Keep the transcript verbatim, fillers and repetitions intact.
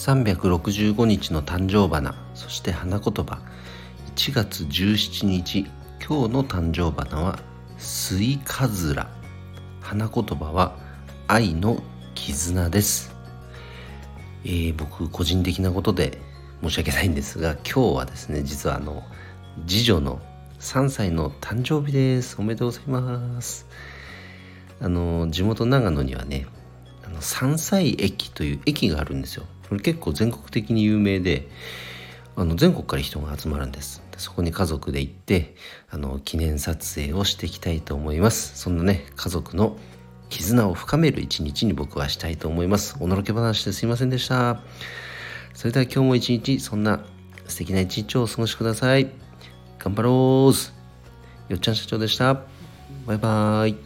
さんびゃくろくじゅうごにちの誕生花、そして花言葉。いちがつじゅうしちにち、今日の誕生花はスイカズラ。花言葉は愛の絆です。えー、僕個人的なことで申し訳ないんですが、今日はですね、実はあの次女のさんさいの誕生日です。おめでとうございます。あの地元長野にはね、あのさんさい駅という駅があるんですよ。これ結構全国的に有名で、あの全国から人が集まるんです。そこに家族で行ってあの記念撮影をしていきたいと思います。そんなね、家族の絆を深める一日に僕はしたいと思います。おのろけ話ですいませんでした。それでは今日も一日、そんな素敵な一日をお過ごしください。頑張ろう。よっちゃん社長でした。バイバイ。